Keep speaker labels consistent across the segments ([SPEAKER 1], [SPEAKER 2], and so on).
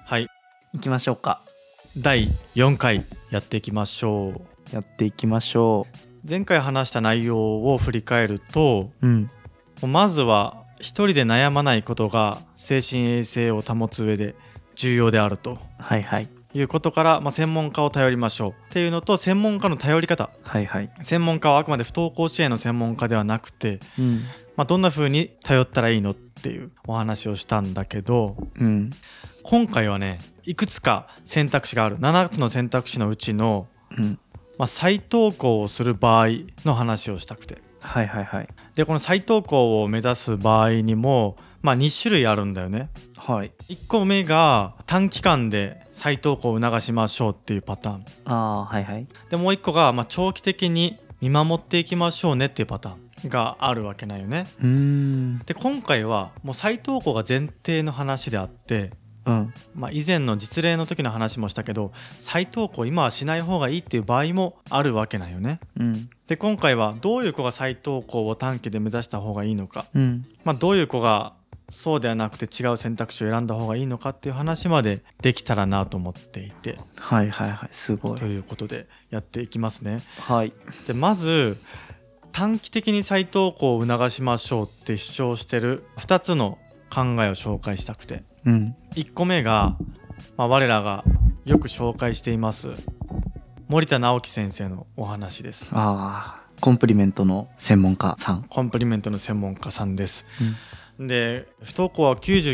[SPEAKER 1] はい、
[SPEAKER 2] 行きましょうか。
[SPEAKER 1] 第4回やっていきましょう。
[SPEAKER 2] やっていきましょ
[SPEAKER 1] 前回話した内容を振り返ると、
[SPEAKER 2] う。
[SPEAKER 1] まずは一人で悩まないことが精神衛生を保つ上で重要であると
[SPEAKER 2] はいはい。
[SPEAKER 1] いうことから、専門家を頼りましょうっていうのと、専門家の頼り方。
[SPEAKER 2] はいはい。
[SPEAKER 1] 専門家はあくまで不登校支援の専門家ではなくて、どんな風に頼ったらいいのっていうお話をしたんだけど、今回はね、いくつか選択肢がある7つの選択肢のうちの、再登校をする場合の話をしたくて、
[SPEAKER 2] はいはいはい。
[SPEAKER 1] でこの再登校を目指す場合にも、2種類あるんだよね。
[SPEAKER 2] はい。
[SPEAKER 1] 1個目が短期間で再登校を促しましょうっていうパターン
[SPEAKER 2] はいはい。
[SPEAKER 1] で、もう1個が、長期的に見守っていきましょうねっていうパターンがあるわけなんよね。で今回はもう再登校が前提の話であって、以前の実例の時の話もしたけど、再登校今はしない方がいいっていう場合もあるわけなんよね。で今回はどういう子が再登校を短期で目指した方がいいのか、どういう子がそうではなくて違う選択肢を選んだ方がいいのかっていう話までできたらなと思っていて、
[SPEAKER 2] はいはいはい。すごい。
[SPEAKER 1] ということでやっていきますね。
[SPEAKER 2] はい。
[SPEAKER 1] でまず短期的に再登校を促しましょうって主張してる2つの考えを紹介したくて、1個目が、我らがよく紹介しています森田直樹先生のお話です。
[SPEAKER 2] コンプリメントの専門家さん。
[SPEAKER 1] コンプリメントの専門家さんです。で不登校は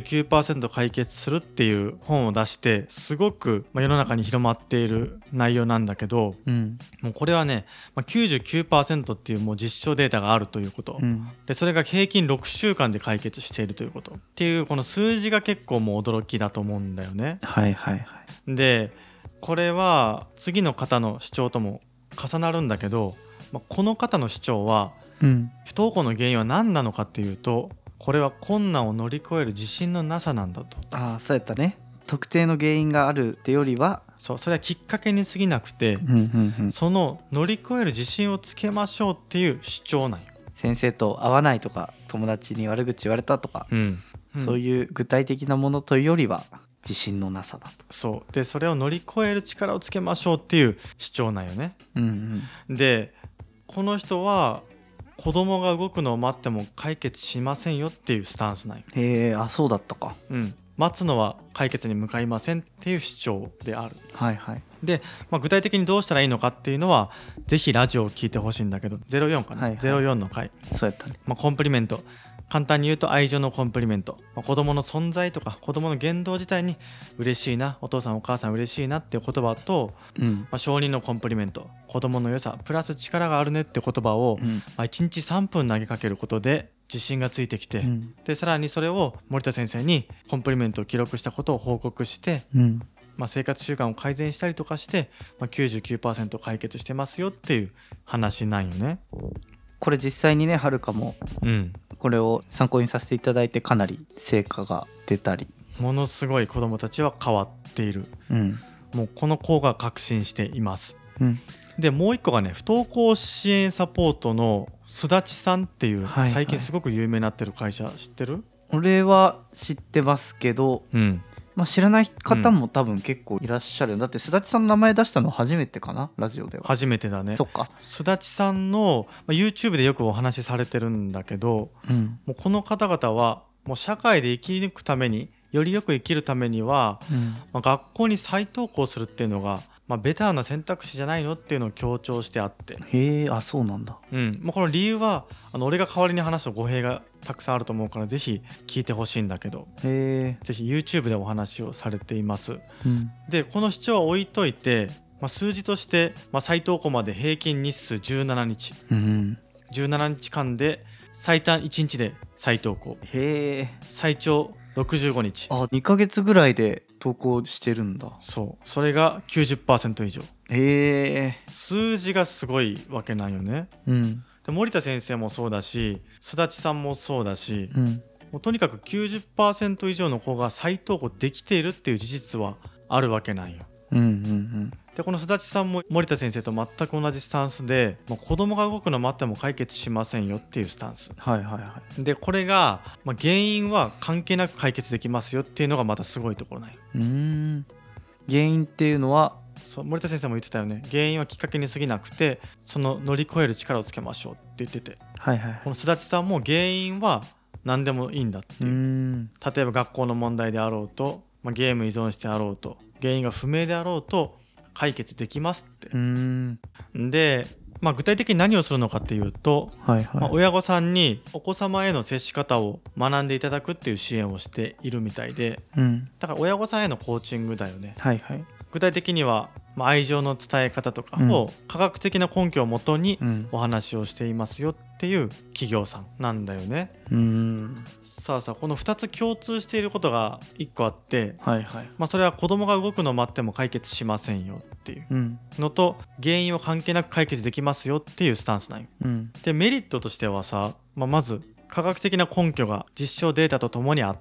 [SPEAKER 1] 99% 解決するっていう本を出してすごく世の中に広まっている内容なんだけど、もうこれはね、99% っていうもう実証データがあるということ、でそれが平均6週間で解決しているということっていう、この数字が結構もう驚きだと思うんだよね。
[SPEAKER 2] はいはいはい。
[SPEAKER 1] でこれは次の方の主張とも重なるんだけど、この方の主張は、不登校の原因は何なのかっていうと、これは困難を乗り越える自信のなさなんだと。
[SPEAKER 2] そうやったね。特定の原因があるってよりは、
[SPEAKER 1] それはきっかけに過ぎなくて、その乗り越える自信をつけましょうっていう主張なんよ。
[SPEAKER 2] 先生と会わないとか友達に悪口言われたとか、そういう具体的なものというよりは自信のなさだと。
[SPEAKER 1] そうで、それを乗り越える力をつけましょうっていう主張なんよね。でこの人は子供が動くのを待っても解決しませんよっていうスタンスなんよ。
[SPEAKER 2] へえ、そうだったか。
[SPEAKER 1] 待つのは解決に向かいませんっていう主張である。
[SPEAKER 2] はいはい。
[SPEAKER 1] で、具体的にどうしたらいいのかっていうのはぜひラジオを聞いてほしいんだけど、04かな、04の回、
[SPEAKER 2] そうやったね。
[SPEAKER 1] コンプリメント、簡単に言うと愛情のコンプリメント、子供の存在とか子供の言動自体に嬉しいな、お父さんお母さん嬉しいなっていう言葉と、承認のコンプリメント、子供の良さプラス力があるねって言葉を、1日3分投げかけることで自信がついてきて、でさらにそれを森田先生にコンプリメントを記録したことを報告して、生活習慣を改善したりとかして、99% 解決してますよっていう話なんよね。
[SPEAKER 2] これ実際にね、はるかもこれを参考にさせていただいてかなり成果が出たり、
[SPEAKER 1] ものすごい子どもたちは変わっている、もうこの子が確信しています。でもう一個がね、不登校支援サポートのすだちさんっていう、最近すごく有名になってる会社知ってる？
[SPEAKER 2] 俺は知ってますけど、知らない方も多分結構いらっしゃる。だってすだちさんの名前出したの初めてかな、ラジオでは。
[SPEAKER 1] 初めてだね。
[SPEAKER 2] そっか。
[SPEAKER 1] すだちさんの YouTube でよくお話しされてるんだけど、もうこの方々はもう社会で生き抜くために、よりよく生きるためには、学校に再登校するっていうのが、ベターな選択肢じゃないのっていうのを強調してあって。
[SPEAKER 2] へえ、そうなんだ。
[SPEAKER 1] もうこの理由は俺が代わりに話すと語弊がたくさんあると思うからぜひ聞いてほしいんだけど、ぜひ YouTube でお話をされています。でこの主張は置いといて、数字として、再登校まで平均日数17日、17日間で最短1日で再登校、最長65日、
[SPEAKER 2] 2ヶ月ぐらいで登校してるんだ。
[SPEAKER 1] それが 90% 以上。数字がすごいわけなんよね。で森田先生もそうだし、すだちさんもそうだし、もうとにかく 90% 以上の子が再登校できているっていう事実はあるわけなんよ。 でこのすだちさんも森田先生と全く同じスタンスで、もう子供が動くの待っても解決しませんよっていうスタンス、
[SPEAKER 2] はいはいはい。
[SPEAKER 1] でこれが、原因は関係なく解決できますよっていうのがまたすごいところなんよ。
[SPEAKER 2] 原因っていうのは、
[SPEAKER 1] そう森田先生も言ってたよね。原因はきっかけに過ぎなくて、その乗り越える力をつけましょうって言ってて、
[SPEAKER 2] はいはい、
[SPEAKER 1] このすだちさんも原因は何でもいいんだっていう。例えば学校の問題であろうと、ゲーム依存してあろうと、原因が不明であろうと解決できますって。で、具体的に何をするのかっていうと、はいはい、親御さんにお子様への接し方を学んでいただくっていう支援をしているみたいで、だから親御さんへのコーチングだよね。はいはい、具体的には愛情の伝え方とかを科学的な根拠をもとにお話をしていますよっていう企業さんなんだよね。さあこの2つ共通していることが1個あって、はいはい、それは子供が動くのを待っても解決しませんよっていうのと、原因は関係なく解決できますよっていうスタンスなんよ。でメリットとしてはさ、まず科学的な根拠が実証データとともにあって、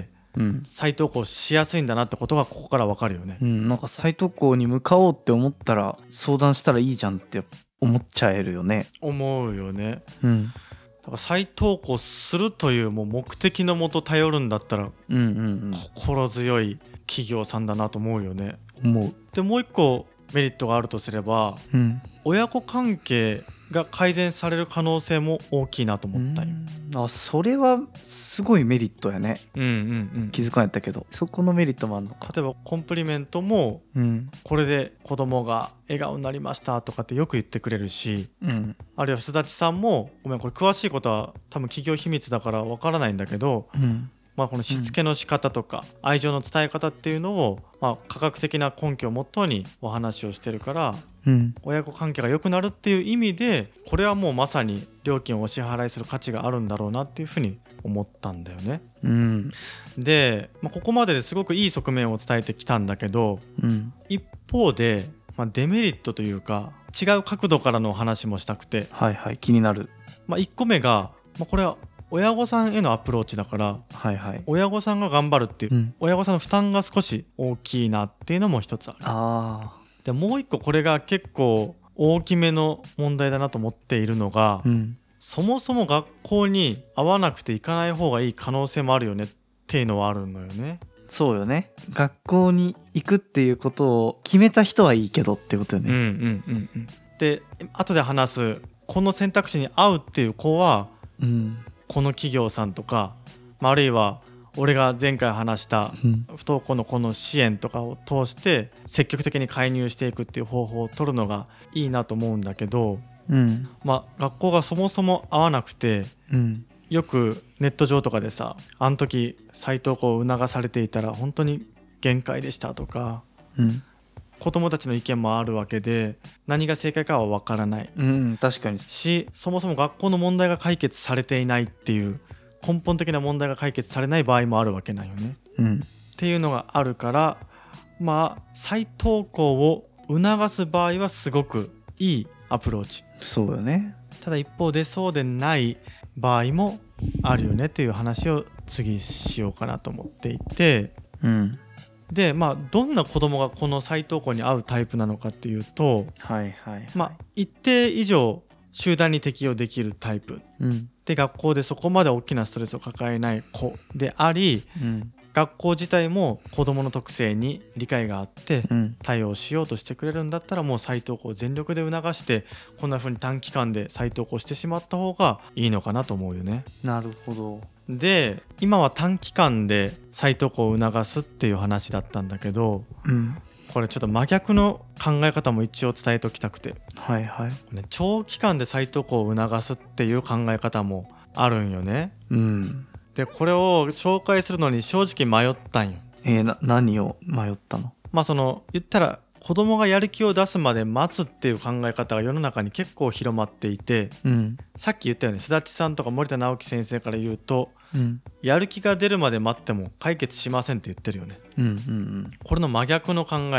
[SPEAKER 1] 再投稿しやすいんだなってことがここから分かるよね。
[SPEAKER 2] なんか再投稿に向かおうって思ったら相談したらいいじゃんって思っちゃえるよね。
[SPEAKER 1] 思うよね。だから再投稿するというもう目的のもと頼るんだったら、心強い企業さんだなと思うよね。思う。でもう一個メリットがあるとすれば、親子関係が改善される可能性も大きいなと思ったよ。
[SPEAKER 2] それはすごいメリットやね。気づかなかったけど、そこのメリットもあるのか。
[SPEAKER 1] 例えばコンプリメントも、これで子供が笑顔になりましたとかってよく言ってくれるし、あるいはすだちさんも、ごめんこれ詳しいことは多分企業秘密だからわからないんだけど、このしつけの仕方とか愛情の伝え方っていうのを、科学的な根拠をもとにお話をしてるから、親子関係が良くなるっていう意味で、これはもうまさに料金をお支払いする価値があるんだろうなっていうふうに思ったんだよね。で、ここまでですごくいい側面を伝えてきたんだけど、一方で、デメリットというか違う角度からの話もしたくて、
[SPEAKER 2] 気になる。
[SPEAKER 1] 1個目が、これは親御さんへのアプローチだから、親御さんが頑張るっていう、親御さんの負担が少し大きいなっていうのも一つある。でもう一個これが結構大きめの問題だなと思っているのが、そもそも学校に合わなくて行かない方がいい可能性もあるよねっていうのはあるのよね。
[SPEAKER 2] そうよね。学校に行くっていうことを決めた人はいいけどってことよね。
[SPEAKER 1] で後で話すこの選択肢に合うっていう子は、この企業さんとか、あるいは俺が前回話した不登校の子の支援とかを通して積極的に介入していくっていう方法を取るのがいいなと思うんだけど、学校がそもそも合わなくて、よくネット上とかでさ、あの時再登校を促されていたら本当に限界でしたとか、子どもたちの意見もあるわけで、何が正解かは分からない、
[SPEAKER 2] 確かに
[SPEAKER 1] し、そもそも学校の問題が解決されていないっていう根本的な問題が解決されない場合もあるわけなんよね。っていうのがあるから、再登校を促す場合はすごくいいアプローチ。
[SPEAKER 2] そうよね。
[SPEAKER 1] ただ一方でそうでない場合もあるよねっていう話を次しようかなと思っていて、でどんな子供がこの再登校に合うタイプなのかっていうと、一定以上集団に適応できるタイプ、で学校でそこまで大きなストレスを抱えない子であり、学校自体も子どもの特性に理解があって対応しようとしてくれるんだったら、もう再登校を全力で促して、こんな風に短期間で再登校してしまった方がいいのかなと思うよね。
[SPEAKER 2] なるほど。
[SPEAKER 1] で今は短期間で再登校を促すっていう話だったんだけど、これちょっと真逆の考え方も一応伝えておきたくて、長期間で再登校を促すっていう考え方もあるんよね。でこれを紹介するのに正直迷ったんよ。
[SPEAKER 2] 何を迷ったの？
[SPEAKER 1] 言ったら子供がやる気を出すまで待つっていう考え方が世の中に結構広まっていて、さっき言ったよね、すだちさんとか森田直樹先生から言うと、やる気が出るまで待っても解決しませんって言ってるよね。これの真逆の考えない。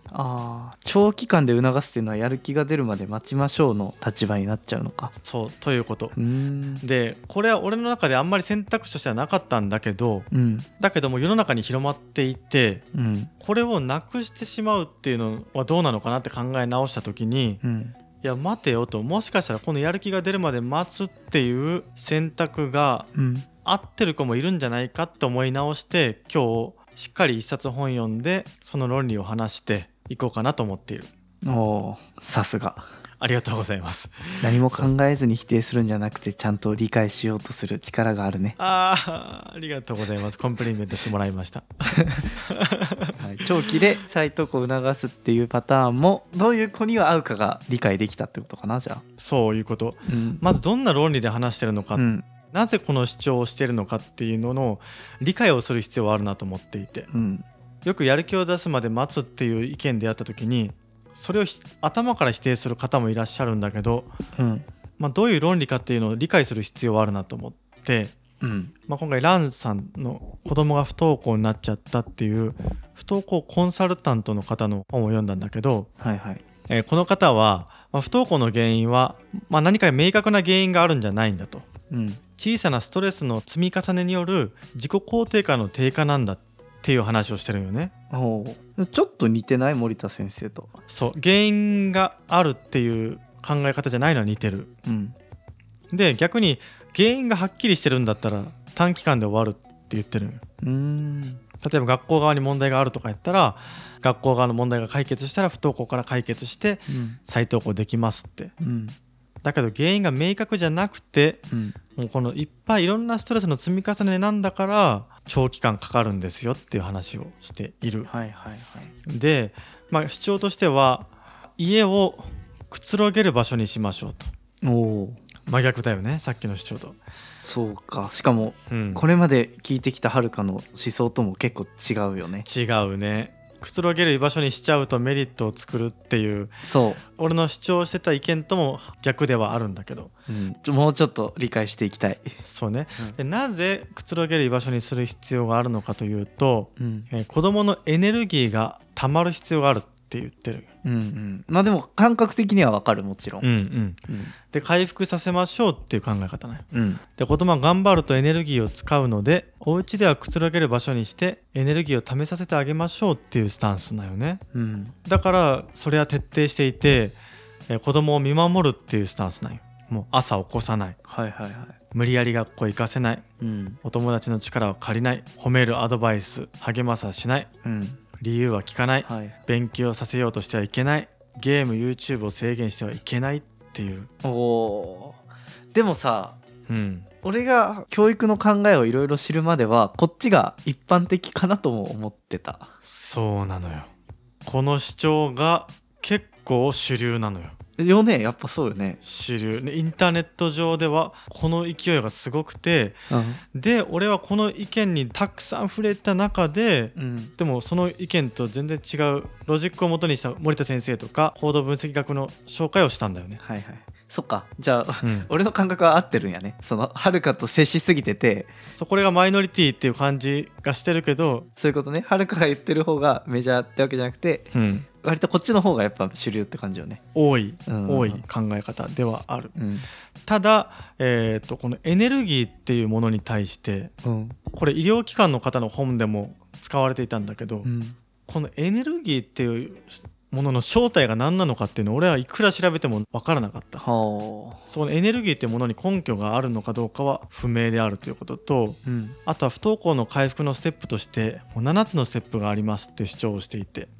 [SPEAKER 2] 長期間で促すっていうのはやる気が出るまで待ちましょうの立場になっちゃうのか。
[SPEAKER 1] そうということ。でこれは俺の中であんまり選択肢としてはなかったんだけど、だけども世の中に広まっていて、これをなくしてしまうっていうのはどうなのかなって考え直した時に、いや待てよと、もしかしたらこのやる気が出るまで待つっていう選択が合ってる子もいるんじゃないかって思い直して、今日しっかり一冊本読んでその論理を話していこうかなと思っている。
[SPEAKER 2] さすが。
[SPEAKER 1] ありがとうございます。
[SPEAKER 2] 何も考えずに否定するんじゃなくてちゃんと理解しようとする力があるね。
[SPEAKER 1] ありがとうございます。コンプリメントしてもらいました、
[SPEAKER 2] 長期で再投稿を促すっていうパターンもどういう子には合うかが理解できたってことかな。じゃあ
[SPEAKER 1] そういうこと、まずどんな論理で話してるのか、なぜこの主張をしているのかっていうのの理解をする必要はあるなと思っていて、よくやる気を出すまで待つっていう意見であった時にそれを頭から否定する方もいらっしゃるんだけど、どういう論理かっていうのを理解する必要はあるなと思って、今回ランさんの子供が不登校になっちゃったっていう不登校コンサルタントの方の本を読んだんだけど、この方は、不登校の原因は、何か明確な原因があるんじゃないんだと、小さなストレスの積み重ねによる自己肯定感の低下なんだっていう話をしてるよね。
[SPEAKER 2] ちょっと似てない？森田先生と。
[SPEAKER 1] そう原因があるっていう考え方じゃないのは似てる、で逆に原因がはっきりしてるんだったら短期間で終わるって言ってる。例えば学校側に問題があるとか言ったら学校側の問題が解決したら不登校から解決して再登校できますって、だけど原因が明確じゃなくて、もうこのいっぱいいろんなストレスの積み重ねなんだから長期間かかるんですよっていう話をしている。で、主張としては家をくつろげる場所にしましょうと。真逆だよね、さっきの主張と。
[SPEAKER 2] そうか。しかも、これまで聞いてきたはるかの思想とも結構違うよね。
[SPEAKER 1] 違うね。くつろげる居場所にしちゃうとメリットを作るっていう、俺の主張してた意見とも逆ではあるんだけど、
[SPEAKER 2] もうちょっと理解していきたい。
[SPEAKER 1] そうね、でなぜくつろげる居場所にする必要があるのかというと、子どものエネルギーがたまる必要があるって言ってる。
[SPEAKER 2] でも感覚的にはわかる、もちろん。
[SPEAKER 1] で回復させましょうっていう考え方ね。で子供は頑張るとエネルギーを使うのでお家ではくつろげる場所にしてエネルギーを貯めさせてあげましょうっていうスタンスだよね。だからそれは徹底していて、子供を見守るっていうスタンスなんよ。もう朝起こさない、無理やり学校行かせない、お友達の力を借りない、褒めるアドバイス励まさしない、理由は聞かない、勉強させようとしてはいけない、ゲーム YouTube を制限してはいけないっていう。
[SPEAKER 2] でもさ、俺が教育の考えをいろいろ知るまではこっちが一般的かなとも思ってた。
[SPEAKER 1] そうなのよ。この主張が結構主流なのよ。
[SPEAKER 2] やっぱそうよね。
[SPEAKER 1] 主流ね。インターネット上ではこの勢いがすごくて、で俺はこの意見にたくさん触れた中で、でもその意見と全然違うロジックを元にした森田先生とか行動分析学の紹介をしたんだよね。
[SPEAKER 2] そっか。じゃあ、俺の感覚は合ってるんやね。そのはるかと接しすぎてて、
[SPEAKER 1] これがマイノリティっていう感じがしてるけど、
[SPEAKER 2] そういうことね。はるかが言ってる方がメジャーってわけじゃなくて、割とこっちの方がやっぱ主流って感じよね。
[SPEAKER 1] 多い考え方ではある。ただ、このエネルギーっていうものに対して、これ医療機関の方の本でも使われていたんだけど、このエネルギーっていうものの正体が何なのかっていうのを俺はいくら調べても分からなかった。そのエネルギーっていうものに根拠があるのかどうかは不明であるということと、あとは不登校の回復のステップとしてもう7つのステップがありますって主張をしていて、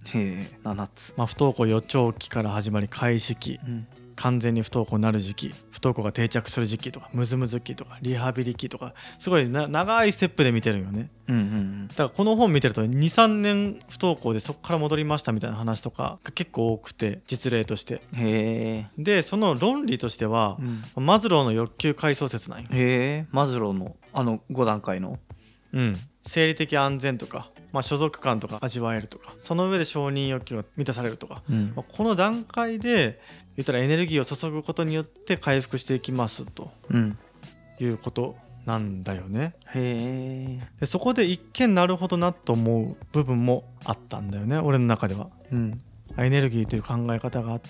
[SPEAKER 2] 7つ、
[SPEAKER 1] 不登校予兆期から始まり開始期、完全に不登校になる時期、不登校が定着する時期とかムズムズ期とかリハビリ期とか、すごい長いステップで見てるよね。だからこの本見てると 2,3 年不登校でそこから戻りましたみたいな話とかが結構多くて、実例として。でその論理としては、マズローの欲求階層説なんよ。
[SPEAKER 2] マズローの5段階の、
[SPEAKER 1] 生理的安全とか、所属感とか味わえるとか、その上で承認欲求が満たされるとか、この段階で言ったらエネルギーを注ぐことによって回復していきますと、いうことなんだよね。でそこで一見なるほどなと思う部分もあったんだよね、俺の中では。 エネルギーという考え方があって、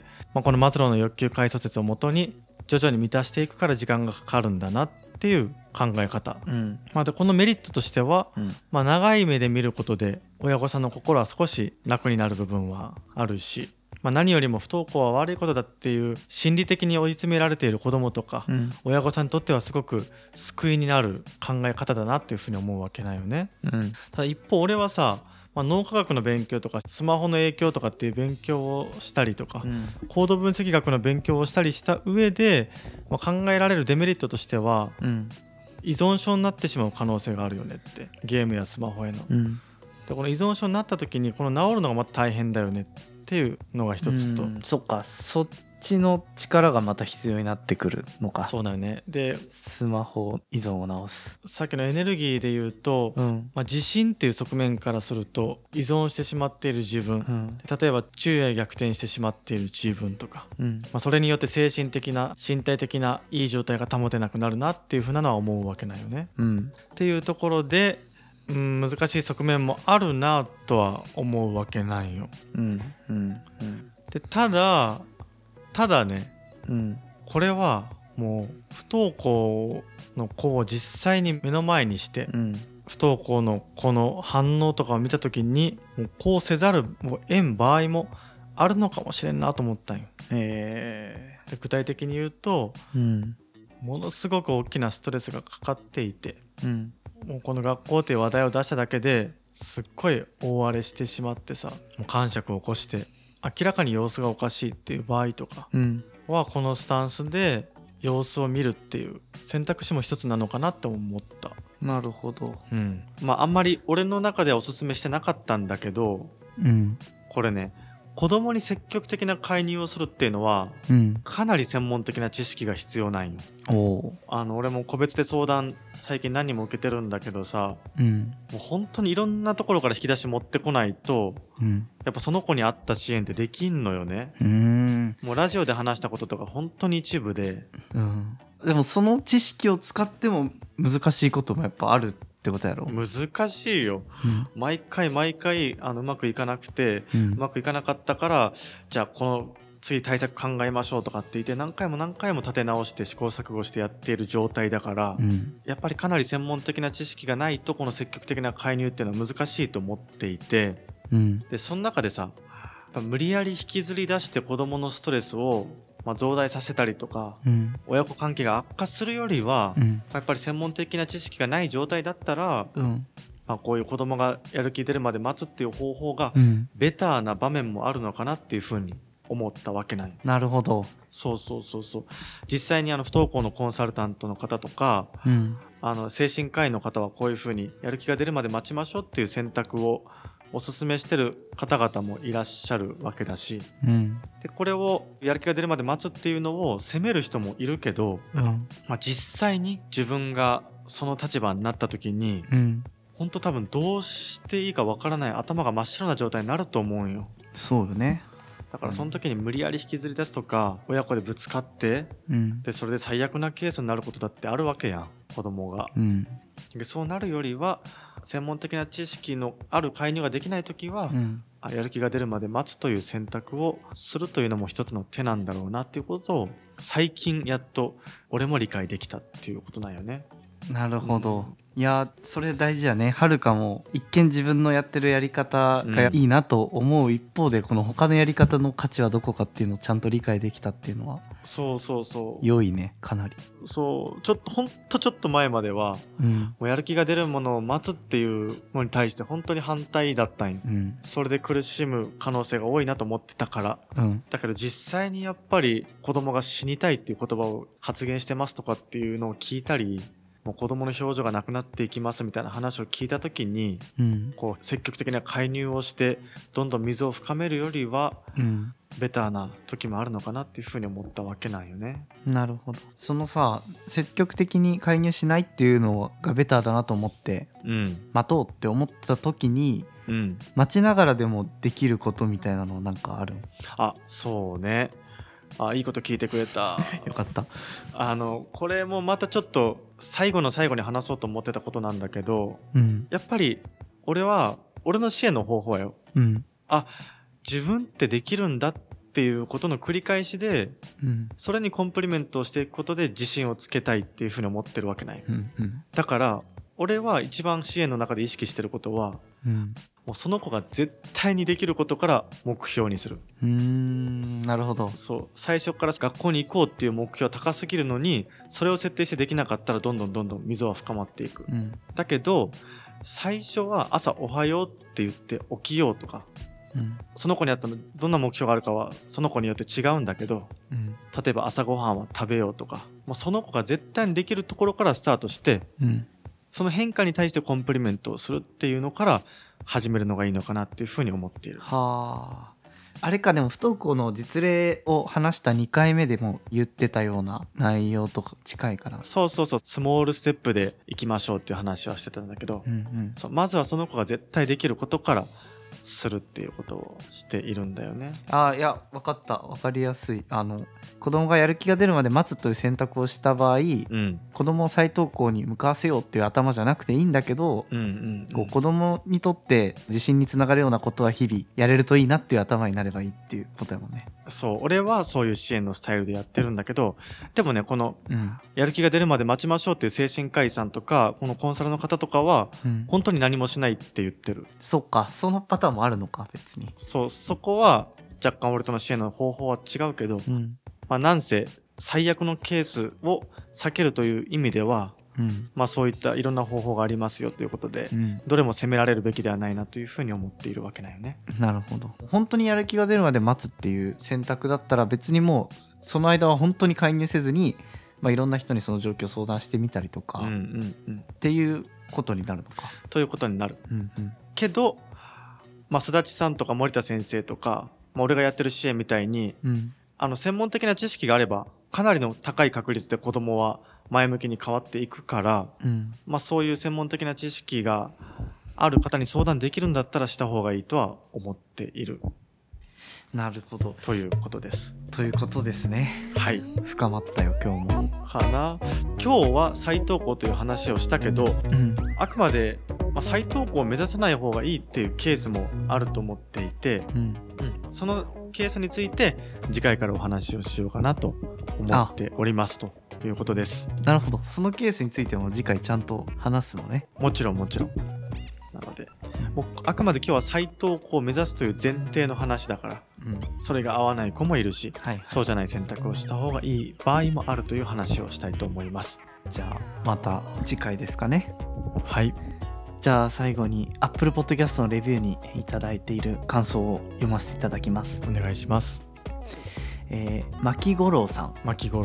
[SPEAKER 1] このマズローの欲求階層説をもとに徐々に満たしていくから時間がかかるんだなっていう考え方、でこのメリットとしては、長い目で見ることで親御さんの心は少し楽になる部分はあるし、何よりも不登校は悪いことだっていう心理的に追い詰められている子どもとか、親御さんにとってはすごく救いになる考え方だなっていうふうに思うわけないよね、ただ一方俺はさ、脳科学の勉強とかスマホの影響とかっていう勉強をしたりとか、コード分析学の勉強をしたりした上で、考えられるデメリットとしては、依存症になってしまう可能性があるよねって、ゲームやスマホへの、でこの依存症になった時にこの治るのがまた大変だよねっていうのが一つと、
[SPEAKER 2] そっか、そっちの力がまた必要になってくるのか。
[SPEAKER 1] そうだよね。で
[SPEAKER 2] スマホ依存を直す。
[SPEAKER 1] さっきのエネルギーで言うと、自信っていう側面からすると依存してしまっている自分、例えば昼夜逆転してしまっている自分とか、それによって精神的な身体的ないい状態が保てなくなるなっていう風なのは思うわけないよね、っていうところで、難しい側面もあるなとは思うわけないよ、でただね、これはもう不登校の子を実際に目の前にして、不登校の子の反応とかを見た時にもうこうせざるを得ん場合もあるのかもしれんなと思ったんよ。で具体的に言うと、ものすごく大きなストレスがかかっていて、もうこの学校っていう話題を出しただけですっごい大荒れしてしまってさ、もう癇癪を起こして明らかに様子がおかしいっていう場合とかは、このスタンスで様子を見るっていう選択肢も一つなのかなって思った。
[SPEAKER 2] なるほど、
[SPEAKER 1] あんまり俺の中ではおすすめしてなかったんだけど、これね、子供に積極的な介入をするっていうのは、かなり専門的な知識が必要なんよ。俺も個別で相談最近何人も受けてるんだけどさ、もう本当にいろんなところから引き出し持ってこないと、やっぱその子に合った支援ってできんのよね。もうラジオで話したこととか本当に一部で、
[SPEAKER 2] でもその知識を使っても難しいこともやっぱあるってことやろ。
[SPEAKER 1] 難しいよ、毎回うまくいかなくて、うまくいかなかったから、じゃあこの次対策考えましょうとかって言って何回も立て直して試行錯誤してやっている状態だから、やっぱりかなり専門的な知識がないとこの積極的な介入っていうのは難しいと思っていて、でその中でさ、無理やり引きずり出して子どものストレスを増大させたりとか、親子関係が悪化するよりは、やっぱり専門的な知識がない状態だったら、こういう子供がやる気出るまで待つっていう方法がベターな場面もあるのかなっていうふうに思ったわけない。
[SPEAKER 2] なるほど。
[SPEAKER 1] そう実際に不登校のコンサルタントの方とか、精神科医の方はこういうふうにやる気が出るまで待ちましょうっていう選択をおすすめしてる方々もいらっしゃるわけだし、でこれをやる気が出るまで待つっていうのを責める人もいるけど、実際に自分がその立場になった時に、本当多分どうしていいかわからない、頭が真っ白な状態になると思うんよ。
[SPEAKER 2] そうよね。
[SPEAKER 1] だからその時に無理やり引きずり出すとか、親子でぶつかって、でそれで最悪なケースになることだってあるわけやん、子供が、でそうなるよりは専門的な知識のある介入ができない時は、やる気が出るまで待つという選択をするというのも一つの手なんだろうなっていうことを最近やっと俺も理解できたっていうことなんよね。
[SPEAKER 2] なるほど、いやそれ大事やね。はるかも一見自分のやってるやり方がいいなと思う一方で、この他のやり方の価値はどこかっていうのをちゃんと理解できたっていうのは、良いね、かなり。
[SPEAKER 1] ちょっと前までは、もうやる気が出るものを待つっていうのに対して本当に反対だったんよ、それで苦しむ可能性が多いなと思ってたから、だけど実際にやっぱり子供が死にたいっていう言葉を発言してますとかっていうのを聞いたり、もう子供の表情がなくなっていきますみたいな話を聞いた時に、こう積極的な介入をしてどんどん溝を深めるよりは、ベターな時もあるのかなっていうふうに思ったわけなんよね。
[SPEAKER 2] なるほど。そのさ、積極的に介入しないっていうのがベターだなと思って、待とうって思ってた時に、待ちながらでもできることみたいなのなんかある？
[SPEAKER 1] そうね、いいこと聞いてくれた
[SPEAKER 2] よかった。
[SPEAKER 1] これもまたちょっと最後の最後に話そうと思ってたことなんだけど、やっぱり俺の支援の方法よ、 自分ってできるんだっていうことの繰り返しで、それにコンプリメントをしていくことで自信をつけたいっていうふうに思ってるわけない、だから俺は一番支援の中で意識してることは、もうその子が絶対にできることから目標にする。
[SPEAKER 2] なるほど。
[SPEAKER 1] そう最初から学校に行こうっていう目標は高すぎるのに、それを設定してできなかったらどんどん溝は深まっていく、だけど最初は朝おはようって言って起きようとか、その子にあったのどんな目標があるかはその子によって違うんだけど、例えば朝ごはんは食べようとか、もうその子が絶対にできるところからスタートして、その変化に対してコンプリメントをするっていうのから始めるのがいいのかなっていうふうに思っている。
[SPEAKER 2] はあ、あれか。でも不登校の実例を話した2回目でも言ってたような内容とか近いかな。
[SPEAKER 1] そうスモールステップでいきましょうっていう話はしてたんだけど、そうまずはその子が絶対できることからするっていうことをしているんだよね。
[SPEAKER 2] いや分かった、分かりやすい。子供がやる気が出るまで待つという選択をした場合、子供を再登校に向かわせようっていう頭じゃなくていいんだけど、こう子供にとって自信につながるようなことは日々やれるといいなっていう頭になればいいっていうことだもんね。
[SPEAKER 1] そう俺はそういう支援のスタイルでやってるんだけど、でもねこの、やる気が出るまで待ちましょうっていう精神科医さんとかこのコンサルの方とかは、本当に何もしないって言ってる。
[SPEAKER 2] そっか、そのパターンもあるのか。別に
[SPEAKER 1] そこは若干俺との支援の方法は違うけど、なんせ最悪のケースを避けるという意味では、そういったいろんな方法がありますよということで、どれも責められるべきではないなというふうに思っているわけだよね。
[SPEAKER 2] なるほど。本当にやる気が出るまで待つっていう選択だったら、別にもうその間は本当に介入せずに、いろんな人にその状況を相談してみたりとか、っていうことになるのか。
[SPEAKER 1] ということになる、けど、すだちさんとか森田先生とか、俺がやってる支援みたいに、専門的な知識があればかなりの高い確率で子供は前向きに変わっていくから、そういう専門的な知識がある方に相談できるんだったらした方がいいとは思っている。
[SPEAKER 2] なるほど。
[SPEAKER 1] ということです。
[SPEAKER 2] ということですね。
[SPEAKER 1] はい。
[SPEAKER 2] 深まったよ今日も。
[SPEAKER 1] かな。今日は再登校という話をしたけど、あくまで、再登校を目指さない方がいいっていうケースもあると思っていて、そのケースについて次回からお話をしようかなと思っておりますということです。
[SPEAKER 2] なるほど。そのケースについても次回ちゃんと話すのね。
[SPEAKER 1] もちろん。なのでもうあくまで今日は再登校を目指すという前提の話だから、それが合わない子もいるし、そうじゃない選択をした方がいい場合もあるという話をしたいと思います。
[SPEAKER 2] じゃあまた次回ですかね。
[SPEAKER 1] はい。
[SPEAKER 2] じゃあ最後に Apple Podcast のレビューにいただいている感想を読ませていただきます。
[SPEAKER 1] お願いします。
[SPEAKER 2] 牧五郎さん、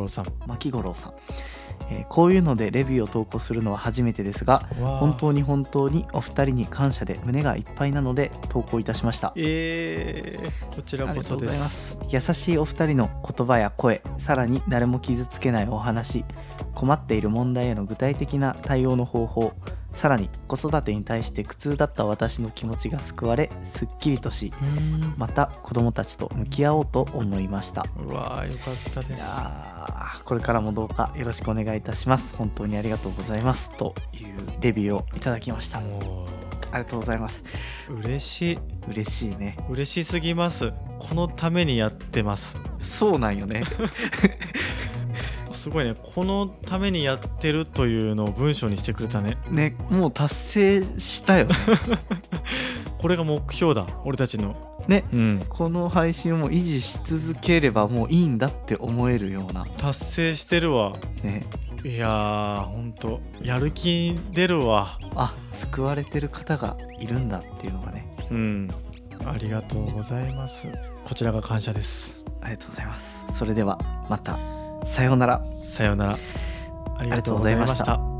[SPEAKER 2] こういうのでレビューを投稿するのは初めてですが、本当にお二人に感謝で胸がいっぱいなので投稿いたしました。
[SPEAKER 1] こちらこそです。ありがとうございます。
[SPEAKER 2] 優しいお二人の言葉や声、さらに誰も傷つけないお話、困っている問題への具体的な対応の方法、さらに子育てに対して苦痛だった私の気持ちが救われ、すっきりとし、また子供たちと向き合おうと思いました。
[SPEAKER 1] うわー、よかったです。
[SPEAKER 2] いやこれからもどうかよろしくお願いいたします。本当にありがとうございますというレビューをいただきました。ありがとうございます。
[SPEAKER 1] 嬉しい
[SPEAKER 2] ね。
[SPEAKER 1] 嬉しすぎます。このためにやってます。
[SPEAKER 2] そうなんよね。
[SPEAKER 1] すごいね。このためにやってるというのを文章にしてくれたね。
[SPEAKER 2] ね、もう達成したよね。
[SPEAKER 1] これが目標だ、俺たちの
[SPEAKER 2] ね、この配信をもう維持し続ければもういいんだって思えるような。
[SPEAKER 1] 達成してるわ。
[SPEAKER 2] ね。
[SPEAKER 1] いやー、ほんとやる気出るわ。
[SPEAKER 2] 救われてる方がいるんだっていうのがね。
[SPEAKER 1] ありがとうございます。こちらが感謝です。
[SPEAKER 2] ありがとうございます。それではまた。さようなら。
[SPEAKER 1] ありがとうございました。